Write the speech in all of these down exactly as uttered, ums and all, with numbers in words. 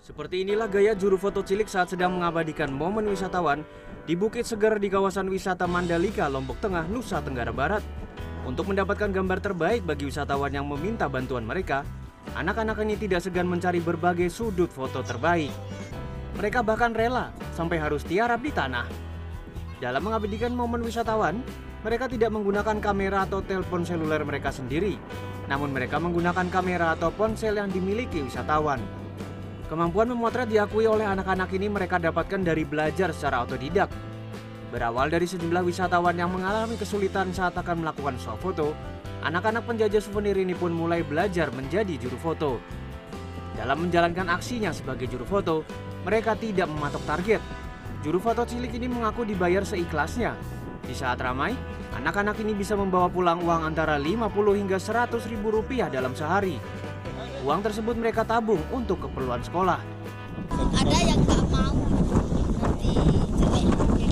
Seperti inilah gaya juru foto cilik saat sedang mengabadikan momen wisatawan di Bukit Seger di kawasan wisata Mandalika, Lombok Tengah, Nusa Tenggara Barat. Untuk mendapatkan gambar terbaik bagi wisatawan yang meminta bantuan mereka, anak-anak ini tidak segan mencari berbagai sudut foto terbaik. Mereka bahkan rela sampai harus tiarap di tanah. Dalam mengabadikan momen wisatawan, mereka tidak menggunakan kamera atau telepon seluler mereka sendiri, namun mereka menggunakan kamera atau ponsel yang dimiliki wisatawan. Kemampuan memotret diakui oleh anak-anak ini mereka dapatkan dari belajar secara otodidak. Berawal dari sejumlah wisatawan yang mengalami kesulitan saat akan melakukan swafoto, anak-anak penjajah souvenir ini pun mulai belajar menjadi juru foto. Dalam menjalankan aksinya sebagai juru foto, mereka tidak mematok target. Juru foto cilik ini mengaku dibayar seikhlasnya. Di saat ramai, anak-anak ini bisa membawa pulang uang antara lima puluh hingga seratus ribu rupiah dalam sehari. Uang tersebut mereka tabung untuk keperluan sekolah. Ada yang nggak mau nanti jelek.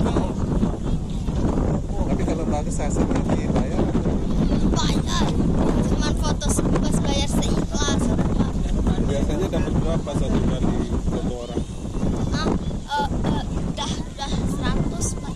Tapi kalau bagus hasilnya dibayar? Bayar, cuman foto pas bayar seikhlas. Biasanya dapat berapa satu kali foto orang? Nah, uh, uh, udah udah seratus pak.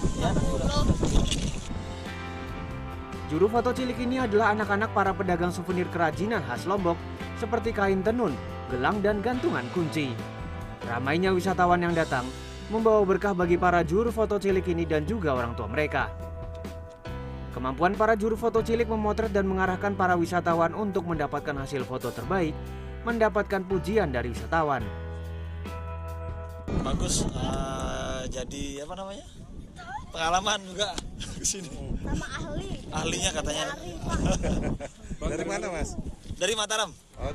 Juru foto cilik ini adalah anak-anak para pedagang souvenir kerajinan khas Lombok seperti kain tenun, gelang, dan gantungan kunci. Ramainya wisatawan yang datang membawa berkah bagi para juru foto cilik ini dan juga orang tua mereka. Kemampuan para juru foto cilik memotret dan mengarahkan para wisatawan untuk mendapatkan hasil foto terbaik mendapatkan pujian dari wisatawan. Bagus, uh, jadi apa namanya? Pengalaman juga kesini. Sama ahli. Ahlinya katanya. Ahli, Pak. Dari mana mas? Dari Mataram. Oh,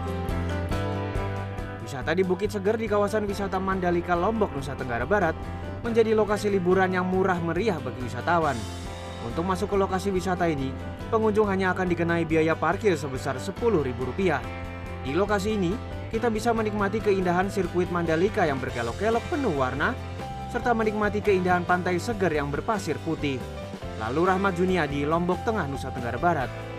Wisata di Bukit Seger di kawasan wisata Mandalika, Lombok, Nusa Tenggara Barat menjadi lokasi liburan yang murah meriah bagi wisatawan. Untuk masuk ke lokasi wisata ini, pengunjung hanya akan dikenai biaya parkir sebesar sepuluh ribu rupiah. Di lokasi ini, kita bisa menikmati keindahan sirkuit Mandalika yang berkelok-kelok penuh warna, serta menikmati keindahan pantai seger yang berpasir putih. Lalu Rahmat Juniadi, Lombok Tengah, Nusa Tenggara Barat.